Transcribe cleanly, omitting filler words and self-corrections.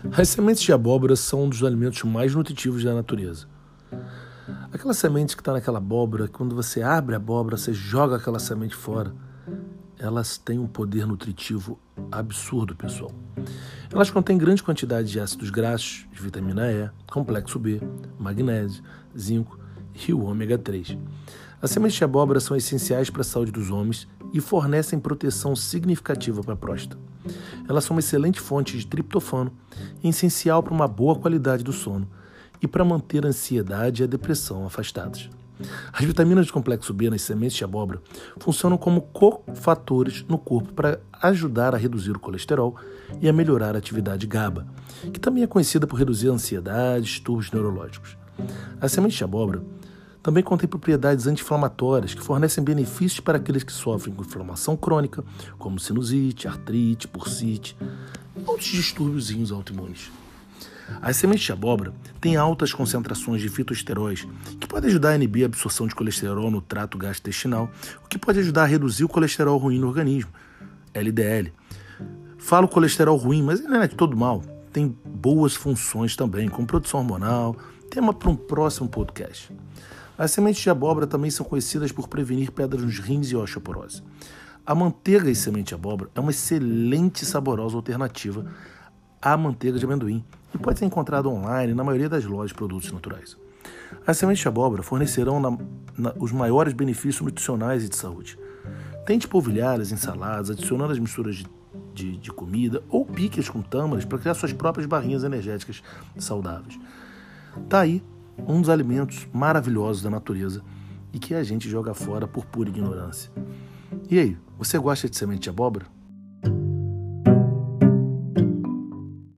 As sementes de abóbora são um dos alimentos mais nutritivos da natureza. Aquela semente que está naquela abóbora, quando você abre a abóbora, você joga aquela semente fora, elas têm um poder nutritivo absurdo, pessoal. Elas contêm grande quantidade de ácidos graxos, de vitamina E, complexo B, magnésio, zinco e o ômega 3. As sementes de abóbora são essenciais para a saúde dos homens e fornecem proteção significativa para a próstata. Elas são uma excelente fonte de triptofano, essencial para uma boa qualidade do sono e para manter a ansiedade e a depressão afastadas. As vitaminas do complexo B nas sementes de abóbora funcionam como cofatores no corpo para ajudar a reduzir o colesterol e a melhorar a atividade GABA, que também é conhecida por reduzir a ansiedade e distúrbios neurológicos. As sementes de abóbora também contêm propriedades anti-inflamatórias que fornecem benefícios para aqueles que sofrem com inflamação crônica, como sinusite, artrite, bursite e outros distúrbios autoimunes. As sementes de abóbora têm altas concentrações de fitoesteróis que podem ajudar a inibir a absorção de colesterol no trato gastrointestinal, o que pode ajudar a reduzir o colesterol ruim no organismo, LDL. Falo colesterol ruim, mas ele não é de todo mal. Tem boas funções também, como produção hormonal, tema para um próximo podcast. As sementes de abóbora também são conhecidas por prevenir pedras nos rins e osteoporose. A manteiga e semente de abóbora é uma excelente e saborosa alternativa à manteiga de amendoim e pode ser encontrada online na maioria das lojas de produtos naturais. As sementes de abóbora fornecerão os maiores benefícios nutricionais e de saúde. Tente polvilhá-las em saladas, adicionando as misturas de comida ou pique-as com tâmaras para criar suas próprias barrinhas energéticas saudáveis. Tá aí um dos alimentos maravilhosos da natureza e que a gente joga fora por pura ignorância. E aí, você gosta de semente de abóbora?